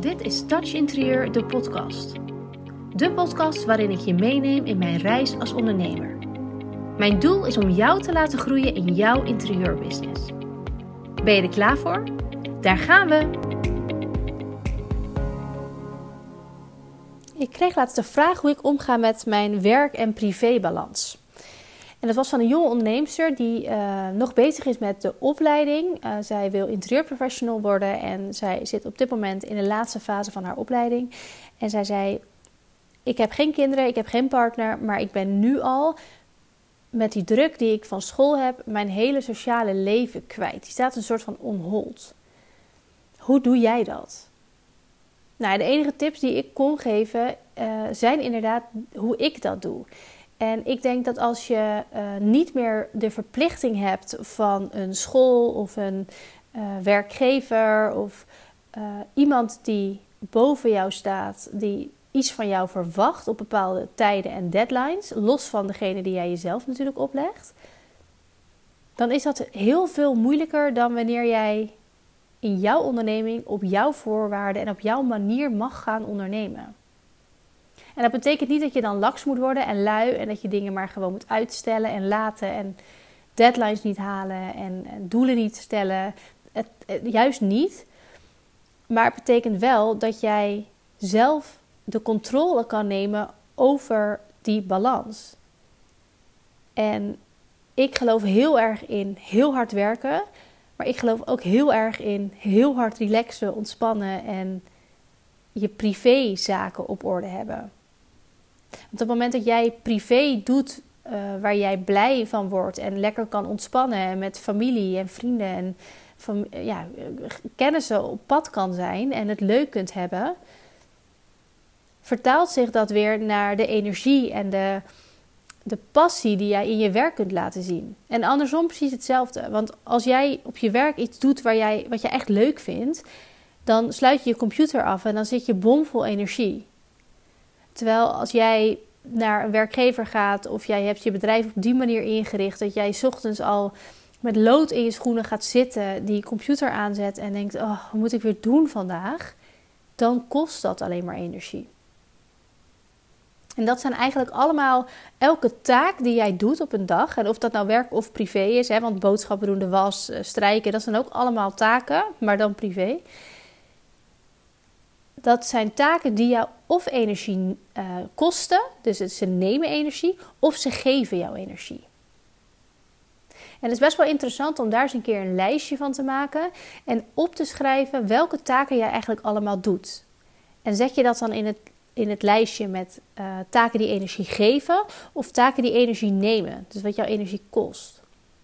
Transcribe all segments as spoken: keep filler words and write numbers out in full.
Dit is Touch Interieur, de podcast. De podcast waarin ik je meeneem in mijn reis als ondernemer. Mijn doel is om jou te laten groeien in jouw interieurbusiness. Ben je er klaar voor? Daar gaan we! Ik kreeg laatst de vraag hoe ik omga met mijn werk- en privébalans. En dat was van een jonge onderneemster die uh, nog bezig is met de opleiding. Uh, zij wil interieurprofessional worden en zij zit op dit moment in de laatste fase van haar opleiding. En zij zei, ik heb geen kinderen, ik heb geen partner, maar ik ben nu al met die druk die ik van school heb, mijn hele sociale leven kwijt. Die staat een soort van on hold. Hoe doe jij dat? Nou, de enige tips die ik kon geven uh, zijn inderdaad hoe ik dat doe. En ik denk dat als je uh, niet meer de verplichting hebt van een school of een uh, werkgever of uh, iemand die boven jou staat, die iets van jou verwacht op bepaalde tijden en deadlines, los van degene die jij jezelf natuurlijk oplegt, dan is dat heel veel moeilijker dan wanneer jij in jouw onderneming op jouw voorwaarden en op jouw manier mag gaan ondernemen. En dat betekent niet dat je dan laks moet worden en lui en dat je dingen maar gewoon moet uitstellen en laten en deadlines niet halen en, en doelen niet stellen. Het, het, juist niet. Maar het betekent wel dat jij zelf de controle kan nemen over die balans. En ik geloof heel erg in heel hard werken, maar ik geloof ook heel erg in heel hard relaxen, ontspannen en je privézaken op orde hebben. Want op het moment dat jij privé doet uh, waar jij blij van wordt en lekker kan ontspannen en met familie en vrienden en van, ja, kennissen op pad kan zijn en het leuk kunt hebben, vertaalt zich dat weer naar de energie en de, de passie die jij in je werk kunt laten zien. En andersom precies hetzelfde. Want als jij op je werk iets doet waar jij, wat je echt leuk vindt, dan sluit je je computer af en dan zit je bomvol energie. Terwijl als jij naar een werkgever gaat of jij hebt je bedrijf op die manier ingericht dat jij 's ochtends al met lood in je schoenen gaat zitten, die computer aanzet en denkt, oh, wat moet ik weer doen vandaag? Dan kost dat alleen maar energie. En dat zijn eigenlijk allemaal elke taak die jij doet op een dag. En of dat nou werk of privé is, hè, want boodschappen doen, de was, strijken, dat zijn ook allemaal taken, maar dan privé. Dat zijn taken die jou of energie uh, kosten, dus ze nemen energie, of ze geven jou energie. En het is best wel interessant om daar eens een keer een lijstje van te maken en op te schrijven welke taken jij eigenlijk allemaal doet. En zet je dat dan in het, in het lijstje met uh, taken die energie geven of taken die energie nemen, dus wat jouw energie kost.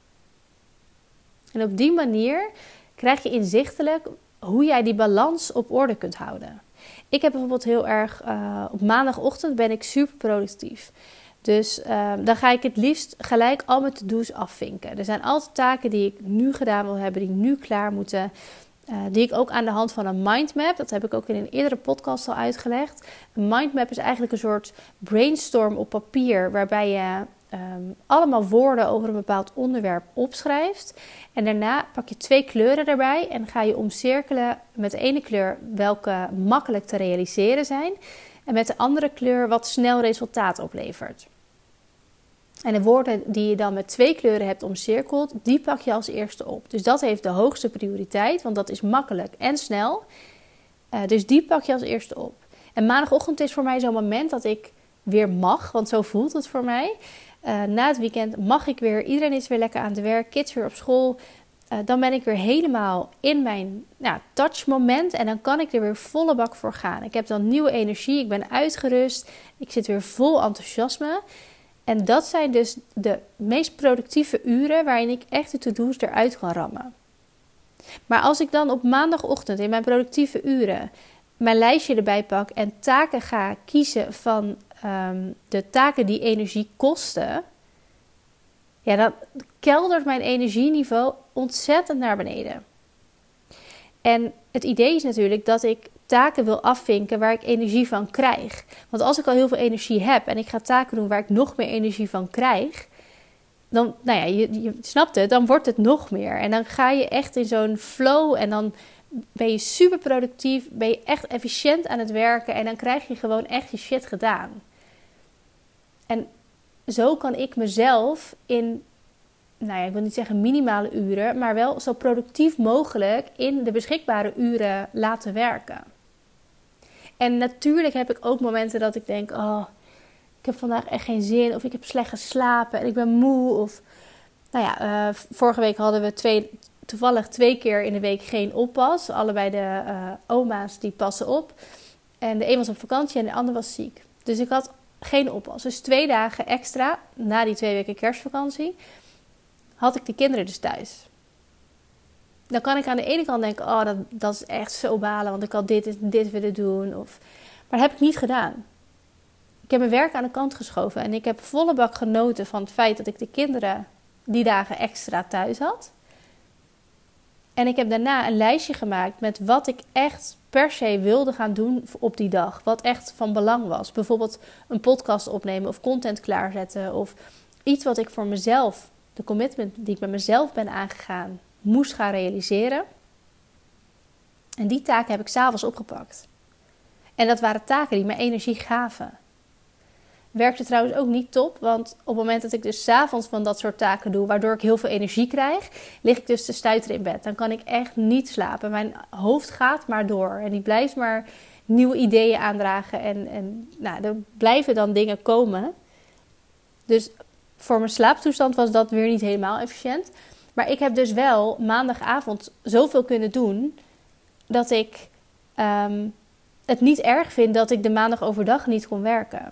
En op die manier krijg je inzichtelijk hoe jij die balans op orde kunt houden. Ik heb bijvoorbeeld heel erg, uh, op maandagochtend ben ik super productief. Dus uh, dan ga ik het liefst gelijk al mijn to-do's afvinken. Er zijn altijd taken die ik nu gedaan wil hebben, die nu klaar moeten. Uh, die ik ook aan de hand van een mindmap, dat heb ik ook in een eerdere podcast al uitgelegd. Een mindmap is eigenlijk een soort brainstorm op papier, waarbij je Um, allemaal woorden over een bepaald onderwerp opschrijft. En daarna pak je twee kleuren erbij en ga je omcirkelen met de ene kleur welke makkelijk te realiseren zijn en met de andere kleur wat snel resultaat oplevert. En de woorden die je dan met twee kleuren hebt omcirkeld, die pak je als eerste op. Dus dat heeft de hoogste prioriteit, want dat is makkelijk en snel. Uh, dus die pak je als eerste op. En maandagochtend is voor mij zo'n moment dat ik weer mag, want zo voelt het voor mij. Uh, na het weekend mag ik weer, iedereen is weer lekker aan het werk, kids weer op school. Uh, dan ben ik weer helemaal in mijn nou, touchmoment en dan kan ik er weer volle bak voor gaan. Ik heb dan nieuwe energie, ik ben uitgerust, ik zit weer vol enthousiasme. En dat zijn dus de meest productieve uren waarin ik echt de to-do's eruit kan rammen. Maar als ik dan op maandagochtend in mijn productieve uren mijn lijstje erbij pak en taken ga kiezen van um, de taken die energie kosten, ja, dan keldert mijn energieniveau ontzettend naar beneden. En het idee is natuurlijk dat ik taken wil afvinken waar ik energie van krijg. Want als ik al heel veel energie heb en ik ga taken doen waar ik nog meer energie van krijg, dan, nou ja, je, je snapt het, dan wordt het nog meer. En dan ga je echt in zo'n flow en dan ben je super productief, ben je echt efficiënt aan het werken en dan krijg je gewoon echt je shit gedaan. En zo kan ik mezelf in, nou ja, ik wil niet zeggen minimale uren, maar wel zo productief mogelijk in de beschikbare uren laten werken. En natuurlijk heb ik ook momenten dat ik denk, oh, ik heb vandaag echt geen zin, of ik heb slecht geslapen en ik ben moe. Of, nou ja, uh, vorige week hadden we twee, toevallig twee keer in de week geen oppas. Allebei de uh, oma's die passen op. En de een was op vakantie en de ander was ziek. Dus ik had geen oppas. Dus twee dagen extra, na die twee weken kerstvakantie, had ik de kinderen dus thuis. Dan kan ik aan de ene kant denken, oh, dat, dat is echt zo balen, want ik had dit en dit willen doen. Of, maar dat heb ik niet gedaan. Ik heb mijn werk aan de kant geschoven en ik heb volle bak genoten van het feit dat ik de kinderen die dagen extra thuis had. En ik heb daarna een lijstje gemaakt met wat ik echt per se wilde gaan doen op die dag. Wat echt van belang was. Bijvoorbeeld een podcast opnemen of content klaarzetten. Of iets wat ik voor mezelf, de commitment die ik met mezelf ben aangegaan, moest gaan realiseren. En die taken heb ik 's avonds opgepakt. En dat waren taken die me energie gaven. Werkte trouwens ook niet top, want op het moment dat ik dus 's avonds van dat soort taken doe, waardoor ik heel veel energie krijg, lig ik dus te stuiteren in bed. Dan kan ik echt niet slapen. Mijn hoofd gaat maar door en die blijft maar nieuwe ideeën aandragen en, en nou, er blijven dan dingen komen. Dus voor mijn slaaptoestand was dat weer niet helemaal efficiënt. Maar ik heb dus wel maandagavond zoveel kunnen doen dat ik um, het niet erg vind dat ik de maandag overdag niet kon werken.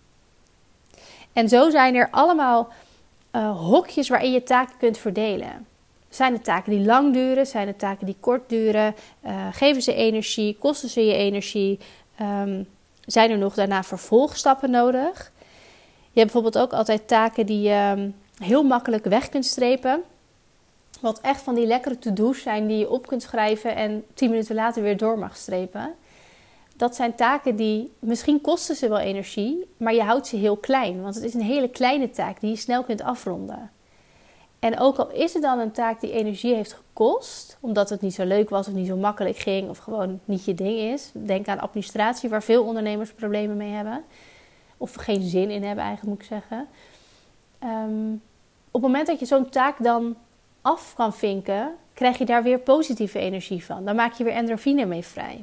En zo zijn er allemaal uh, hokjes waarin je taken kunt verdelen. Zijn het taken die lang duren? Zijn het taken die kort duren? Uh, geven ze energie? Kosten ze je energie? Um, zijn er nog daarna vervolgstappen nodig? Je hebt bijvoorbeeld ook altijd taken die je um, heel makkelijk weg kunt strepen. Wat echt van die lekkere to-do's zijn die je op kunt schrijven en tien minuten later weer door mag strepen. Dat zijn taken die, misschien kosten ze wel energie, maar je houdt ze heel klein. Want het is een hele kleine taak die je snel kunt afronden. En ook al is het dan een taak die energie heeft gekost, omdat het niet zo leuk was of niet zo makkelijk ging of gewoon niet je ding is. Denk aan administratie waar veel ondernemers problemen mee hebben. Of geen zin in hebben eigenlijk moet ik zeggen. Um, op het moment dat je zo'n taak dan af kan vinken, krijg je daar weer positieve energie van. Dan maak je weer endorfine mee vrij.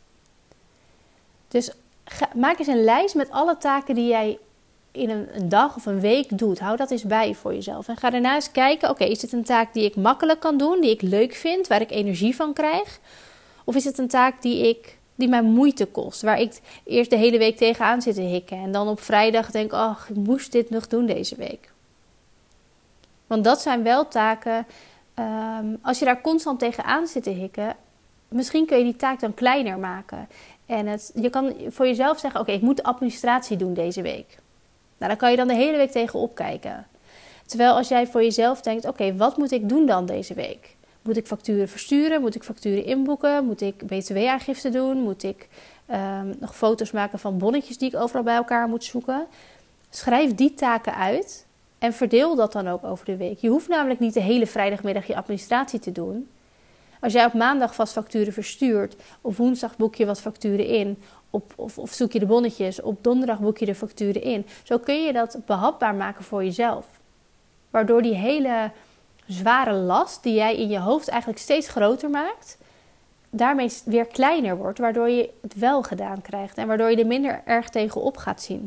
Dus ga, maak eens een lijst met alle taken die jij in een, een dag of een week doet. Hou dat eens bij voor jezelf. En ga daarna eens kijken, oké, okay, is dit een taak die ik makkelijk kan doen, die ik leuk vind, waar ik energie van krijg? Of is het een taak die, ik, die mij moeite kost, waar ik eerst de hele week tegenaan zit te hikken en dan op vrijdag denk, ach, ik moest dit nog doen deze week. Want dat zijn wel taken, um, als je daar constant tegenaan zit te hikken, misschien kun je die taak dan kleiner maken. En het, je kan voor jezelf zeggen, oké, okay, ik moet administratie doen deze week. Nou, dan kan je dan de hele week tegenop kijken. Terwijl als jij voor jezelf denkt, oké, okay, wat moet ik doen dan deze week? Moet ik facturen versturen? Moet ik facturen inboeken? Moet ik B T W-aangifte doen? Moet ik um, nog foto's maken van bonnetjes die ik overal bij elkaar moet zoeken? Schrijf die taken uit en verdeel dat dan ook over de week. Je hoeft namelijk niet de hele vrijdagmiddag je administratie te doen. Als jij op maandag vast facturen verstuurt, op woensdag boek je wat facturen in, op, of, of zoek je de bonnetjes, op donderdag boek je de facturen in. Zo kun je dat behapbaar maken voor jezelf. Waardoor die hele zware last die jij in je hoofd eigenlijk steeds groter maakt, daarmee weer kleiner wordt, waardoor je het wel gedaan krijgt en waardoor je er minder erg tegenop gaat zien.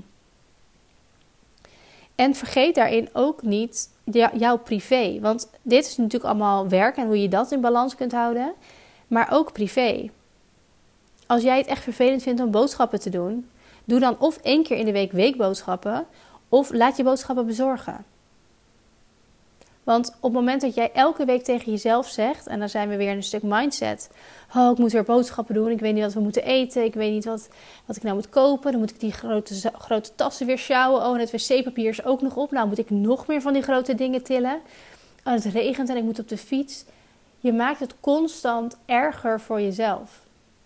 En vergeet daarin ook niet jouw privé. Want dit is natuurlijk allemaal werk en hoe je dat in balans kunt houden. Maar ook privé. Als jij het echt vervelend vindt om boodschappen te doen, doe dan of één keer in de week weekboodschappen, of laat je boodschappen bezorgen. Want op het moment dat jij elke week tegen jezelf zegt, en dan zijn we weer in een stuk mindset. Oh, ik moet weer boodschappen doen, ik weet niet wat we moeten eten, ik weet niet wat, wat ik nou moet kopen. Dan moet ik die grote, grote tassen weer sjouwen. Oh, en het wc-papier is ook nog op. Nou moet ik nog meer van die grote dingen tillen. Oh, het regent en ik moet op de fiets. Je maakt het constant erger voor jezelf.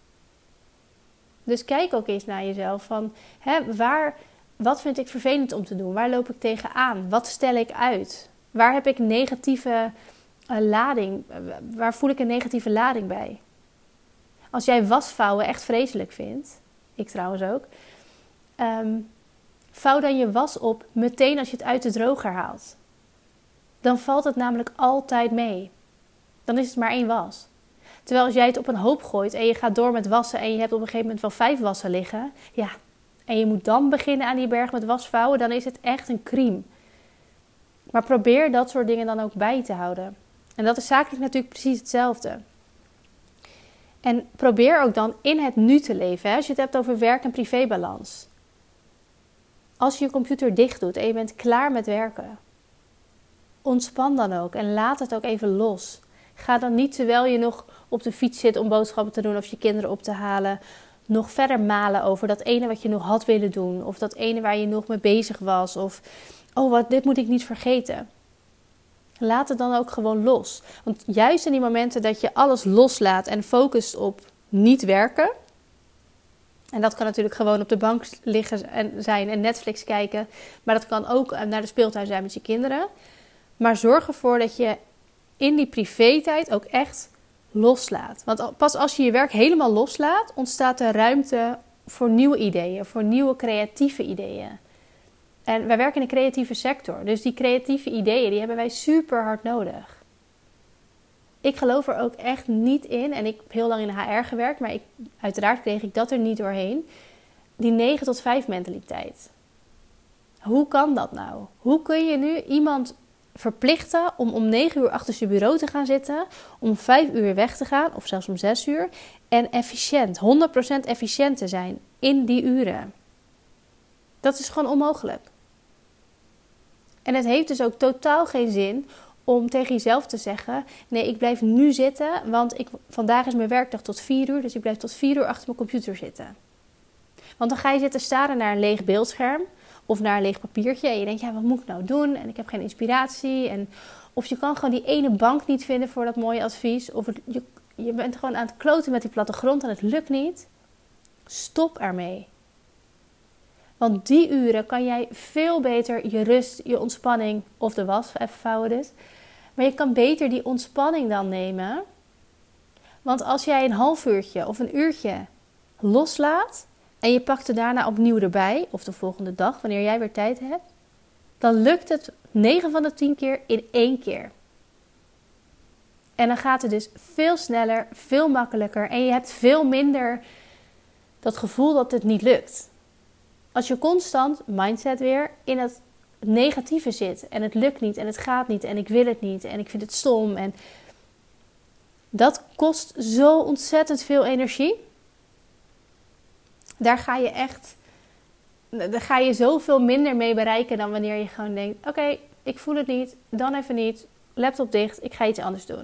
Dus kijk ook eens naar jezelf van, hè, waar, wat vind ik vervelend om te doen? Waar loop ik tegenaan? Wat stel ik uit? Waar heb ik negatieve uh, lading? Waar voel ik een negatieve lading bij? Als jij wasvouwen echt vreselijk vindt, ik trouwens ook, um, vouw dan je was op meteen als je het uit de droger haalt. Dan valt het namelijk altijd mee. Dan is het maar één was. Terwijl als jij het op een hoop gooit en je gaat door met wassen en je hebt op een gegeven moment wel vijf wassen liggen, ja, en je moet dan beginnen aan die berg met wasvouwen, dan is het echt een crime. Maar probeer dat soort dingen dan ook bij te houden. En dat is zakelijk natuurlijk precies hetzelfde. En probeer ook dan in het nu te leven, hè, als je het hebt over werk- en privébalans. Als je je computer dicht doet en je bent klaar met werken, ontspan dan ook en laat het ook even los. Ga dan niet terwijl je nog op de fiets zit om boodschappen te doen of je kinderen op te halen, nog verder malen over dat ene wat je nog had willen doen. Of dat ene waar je nog mee bezig was. Of, oh wat, dit moet ik niet vergeten. Laat het dan ook gewoon los. Want juist in die momenten dat je alles loslaat en focust op niet werken. En dat kan natuurlijk gewoon op de bank liggen en zijn en Netflix kijken. Maar dat kan ook naar de speeltuin zijn met je kinderen. Maar zorg ervoor dat je in die privé-tijd ook echt loslaat. Want pas als je je werk helemaal loslaat, ontstaat er ruimte voor nieuwe ideeën, voor nieuwe creatieve ideeën. En wij werken in de creatieve sector, dus die creatieve ideeën die hebben wij super hard nodig. Ik geloof er ook echt niet in, en ik heb heel lang in de H R gewerkt, maar ik, uiteraard kreeg ik dat er niet doorheen, die negen tot vijf mentaliteit. Hoe kan dat nou? Hoe kun je nu iemand verplichten om om negen uur achter zijn bureau te gaan zitten, om vijf uur weg te gaan, of zelfs om zes uur, en efficiënt, honderd procent efficiënt te zijn in die uren? Dat is gewoon onmogelijk. En het heeft dus ook totaal geen zin om tegen jezelf te zeggen, nee, ik blijf nu zitten, want ik, vandaag is mijn werkdag tot vier uur, dus ik blijf tot vier uur achter mijn computer zitten. Want dan ga je zitten staren naar een leeg beeldscherm, of naar een leeg papiertje. En je denkt, ja, wat moet ik nou doen? En ik heb geen inspiratie. En, of je kan gewoon die ene bank niet vinden voor dat mooie advies. Of het, je, je bent gewoon aan het kloten met die plattegrond en het lukt niet. Stop ermee. Want die uren kan jij veel beter je rust, je ontspanning, of de was, even vouwen dus. Maar je kan beter die ontspanning dan nemen. Want als jij een half uurtje of een uurtje loslaat en je pakt er daarna opnieuw erbij, of de volgende dag, wanneer jij weer tijd hebt, dan lukt het negen van de tien keer in één keer. En dan gaat het dus veel sneller, veel makkelijker en je hebt veel minder dat gevoel dat het niet lukt. Als je constant, mindset weer, in het negatieve zit en het lukt niet en het gaat niet en ik wil het niet en ik vind het stom. En dat kost zo ontzettend veel energie. Daar ga je echt, daar ga je zoveel minder mee bereiken dan wanneer je gewoon denkt, oké, okay, ik voel het niet, dan even niet, laptop dicht, ik ga iets anders doen.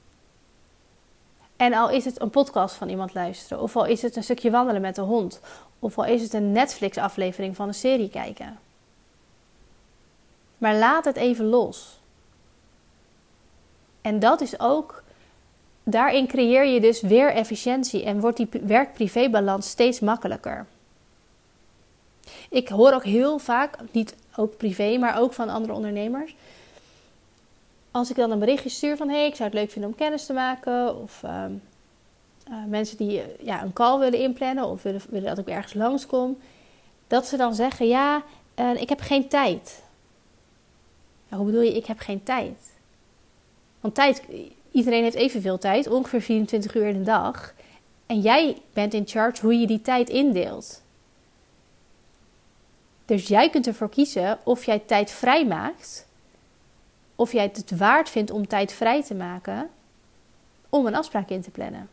En al is het een podcast van iemand luisteren, of al is het een stukje wandelen met de hond, of al is het een Netflix-aflevering van een serie kijken. Maar laat het even los. En dat is ook, daarin creëer je dus weer efficiëntie en wordt die werk-privé-balans steeds makkelijker. Ik hoor ook heel vaak, niet ook privé, maar ook van andere ondernemers, als ik dan een berichtje stuur van, hé, hey, ik zou het leuk vinden om kennis te maken, of uh, uh, mensen die uh, ja, een call willen inplannen, of willen, willen dat ik ergens langskom, dat ze dan zeggen, ja, uh, ik heb geen tijd. Nou, hoe bedoel je, ik heb geen tijd? Want tijd, iedereen heeft evenveel tijd, ongeveer vierentwintig uur in een dag. En jij bent in charge hoe je die tijd indeelt. Dus jij kunt ervoor kiezen of jij tijd vrij maakt, of jij het waard vindt om tijd vrij te maken om een afspraak in te plannen.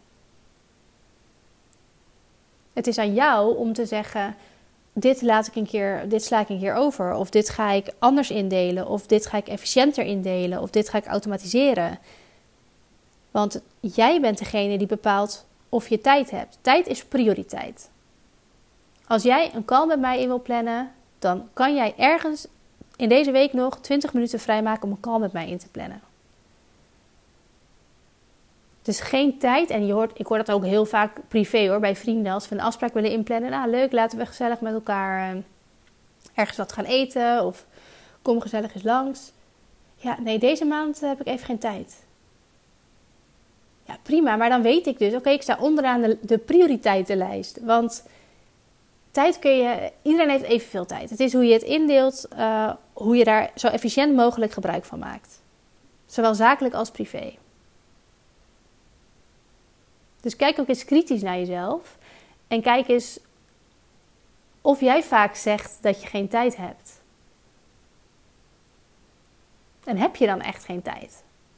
Het is aan jou om te zeggen, dit laat ik een keer, dit sla ik een keer over, of dit ga ik anders indelen, of dit ga ik efficiënter indelen, of dit ga ik automatiseren. Want jij bent degene die bepaalt of je tijd hebt. Tijd is prioriteit. Als jij een call met mij in wil plannen, dan kan jij ergens in deze week nog twintig minuten vrijmaken om een call met mij in te plannen. Dus geen tijd, en je hoort, ik hoor dat ook heel vaak privé hoor, bij vrienden, als we een afspraak willen inplannen. Nou leuk, laten we gezellig met elkaar uh, ergens wat gaan eten, of kom gezellig eens langs. ja, nee, deze maand heb ik even geen tijd. Ja, prima, maar dan weet ik dus, oké, okay, ik sta onderaan de, de prioriteitenlijst. Want tijd kun je, iedereen heeft evenveel tijd. Het is hoe je het indeelt, uh, hoe je daar zo efficiënt mogelijk gebruik van maakt. Zowel zakelijk als privé. Dus kijk ook eens kritisch naar jezelf. En kijk eens of jij vaak zegt dat je geen tijd hebt. En heb je dan echt geen tijd?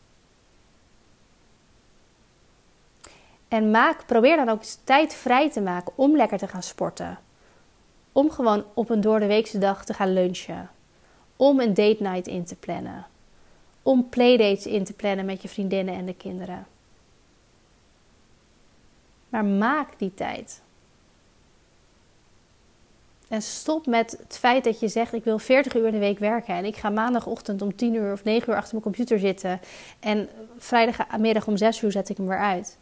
En maak, probeer dan ook eens tijd vrij te maken om lekker te gaan sporten. Om gewoon op een doordeweekse dag te gaan lunchen. Om een date night in te plannen. Om playdates in te plannen met je vriendinnen en de kinderen. Maar maak die tijd. En stop met het feit dat je zegt, ik wil veertig uur in de week werken. En ik ga maandagochtend om tien uur of negen uur achter mijn computer zitten. En vrijdagmiddag om zes uur zet ik hem weer uit.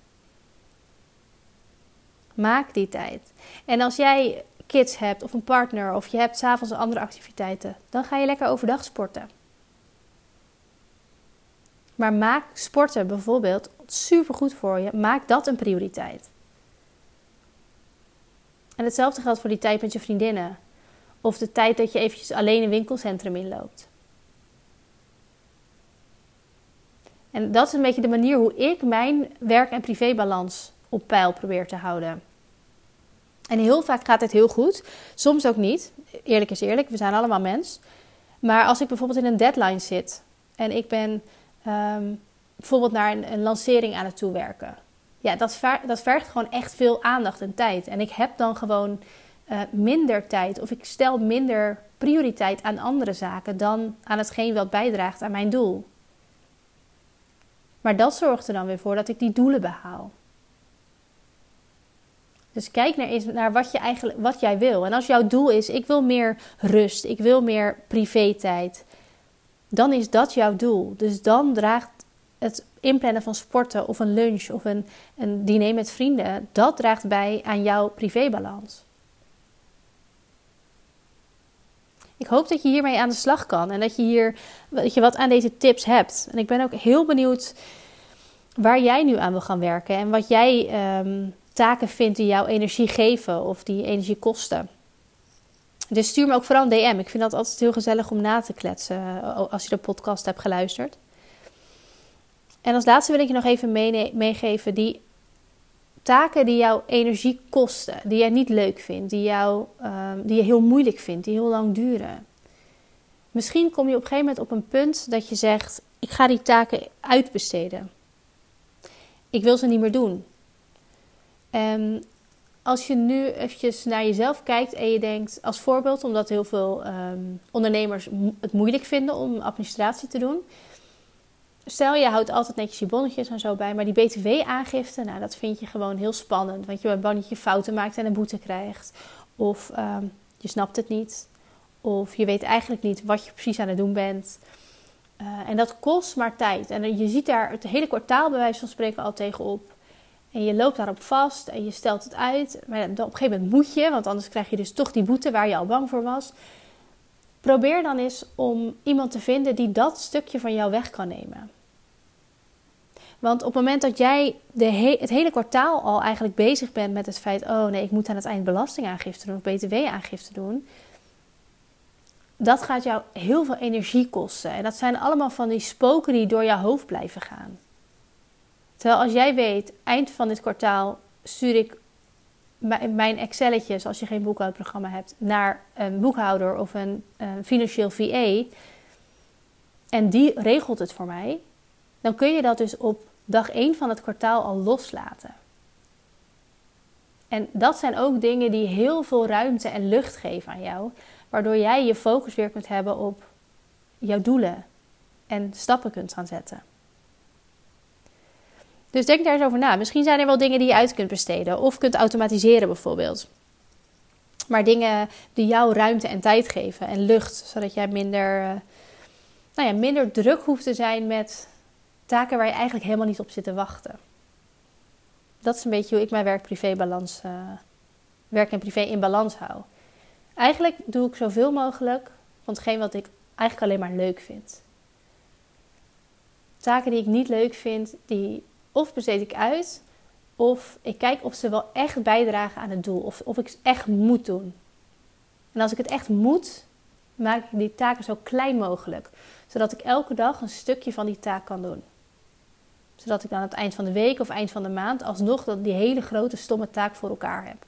Maak die tijd. En als jij kids hebt of een partner of je hebt 's avonds andere activiteiten, dan ga je lekker overdag sporten. Maar maak sporten bijvoorbeeld supergoed voor je. Maak dat een prioriteit. En hetzelfde geldt voor die tijd met je vriendinnen. Of de tijd dat je eventjes alleen een winkelcentrum inloopt. En dat is een beetje de manier hoe ik mijn werk- en privébalans op peil probeer te houden. En heel vaak gaat het heel goed. Soms ook niet. Eerlijk is eerlijk, we zijn allemaal mens. Maar als ik bijvoorbeeld in een deadline zit en ik ben um, bijvoorbeeld naar een, een lancering aan het toewerken. Ja, dat, ver, dat vergt gewoon echt veel aandacht en tijd. En ik heb dan gewoon uh, minder tijd of ik stel minder prioriteit aan andere zaken dan aan hetgeen wat bijdraagt aan mijn doel. Maar dat zorgt er dan weer voor dat ik die doelen behaal. Dus kijk naar, eens naar wat, je eigenlijk, wat jij wil. En als jouw doel is, ik wil meer rust, ik wil meer privé-tijd, dan is dat jouw doel. Dus dan draagt het inplannen van sporten of een lunch of een, een diner met vrienden, dat draagt bij aan jouw privébalans. Ik hoop dat je hiermee aan de slag kan en dat je hier dat je wat aan deze tips hebt. En ik ben ook heel benieuwd waar jij nu aan wil gaan werken en wat jij um, taken vindt die jouw energie geven of die energie kosten. Dus stuur me ook vooral een D M. Ik vind dat altijd heel gezellig om na te kletsen als je de podcast hebt geluisterd. En als laatste wil ik je nog even meegeven die taken die jouw energie kosten, die jij niet leuk vindt, die, jou, um, die je heel moeilijk vindt, die heel lang duren. Misschien kom je op een gegeven moment op een punt dat je zegt, ik ga die taken uitbesteden. Ik wil ze niet meer doen. En als je nu eventjes naar jezelf kijkt en je denkt, als voorbeeld, omdat heel veel um, ondernemers het moeilijk vinden om administratie te doen. Stel, je houdt altijd netjes je bonnetjes en zo bij, maar die B T W-aangifte, nou, dat vind je gewoon heel spannend. Want je bent bang dat je fouten maakt en een boete krijgt. Of um, je snapt het niet. Of je weet eigenlijk niet wat je precies aan het doen bent. Uh, en dat kost maar tijd. En je ziet daar het hele kwartaal bij wijze van spreken al tegenop. En je loopt daarop vast en je stelt het uit. Maar op een gegeven moment moet je, want anders krijg je dus toch die boete waar je al bang voor was. Probeer dan eens om iemand te vinden die dat stukje van jou weg kan nemen. Want op het moment dat jij de he- het hele kwartaal al eigenlijk bezig bent met het feit, oh nee, ik moet aan het eind belastingaangifte doen of B T W-aangifte doen. Dat gaat jou heel veel energie kosten. En dat zijn allemaal van die spoken die door jouw hoofd blijven gaan. Terwijl als jij weet, eind van dit kwartaal stuur ik mijn Excelletjes, als je geen boekhoudprogramma hebt, naar een boekhouder of een, een financieel V A. En die regelt het voor mij. Dan kun je dat dus op dag één van het kwartaal al loslaten. En dat zijn ook dingen die heel veel ruimte en lucht geven aan jou. Waardoor jij je focus weer kunt hebben op jouw doelen. En stappen kunt gaan zetten. Dus denk daar eens over na. Misschien zijn er wel dingen die je uit kunt besteden. Of kunt automatiseren bijvoorbeeld. Maar dingen die jou ruimte en tijd geven. En lucht. Zodat jij minder, uh, nou ja, minder druk hoeft te zijn met taken waar je eigenlijk helemaal niet op zit te wachten. Dat is een beetje hoe ik mijn werk-privé-balans, uh, werk en privé in balans hou. Eigenlijk doe ik zoveel mogelijk van hetgeen wat ik eigenlijk alleen maar leuk vind. taken die ik niet leuk vind, die of besteed ik uit, of ik kijk of ze wel echt bijdragen aan het doel. Of, of ik het echt moet doen. En als ik het echt moet, maak ik die taken zo klein mogelijk. Zodat ik elke dag een stukje van die taak kan doen. Zodat ik aan het eind van de week of eind van de maand alsnog die hele grote stomme taak voor elkaar heb.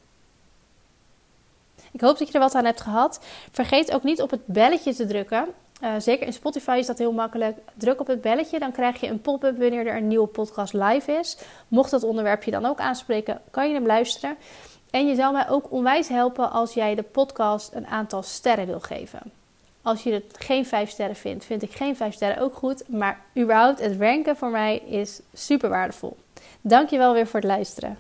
Ik hoop dat je er wat aan hebt gehad. Vergeet ook niet op het belletje te drukken. Uh, zeker in Spotify is dat heel makkelijk. Druk op het belletje, dan krijg je een pop-up wanneer er een nieuwe podcast live is. Mocht dat onderwerp je dan ook aanspreken, kan je hem luisteren. En je zou mij ook onwijs helpen als jij de podcast een aantal sterren wil geven. Als je het geen vijf sterren vindt, vind ik geen vijf sterren ook goed. Maar überhaupt het ranken voor mij is super waardevol. Dank je wel weer voor het luisteren.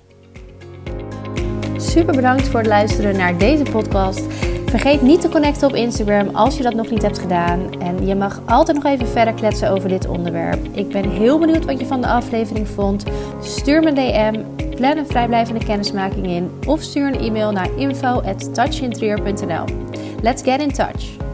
Super bedankt voor het luisteren naar deze podcast. Vergeet niet te connecten op Instagram als je dat nog niet hebt gedaan. En je mag altijd nog even verder kletsen over dit onderwerp. Ik ben heel benieuwd wat je van de aflevering vond. Stuur me een D M, plan een vrijblijvende kennismaking in of stuur een e-mail naar info at touch interieur punt n l. Let's get in touch!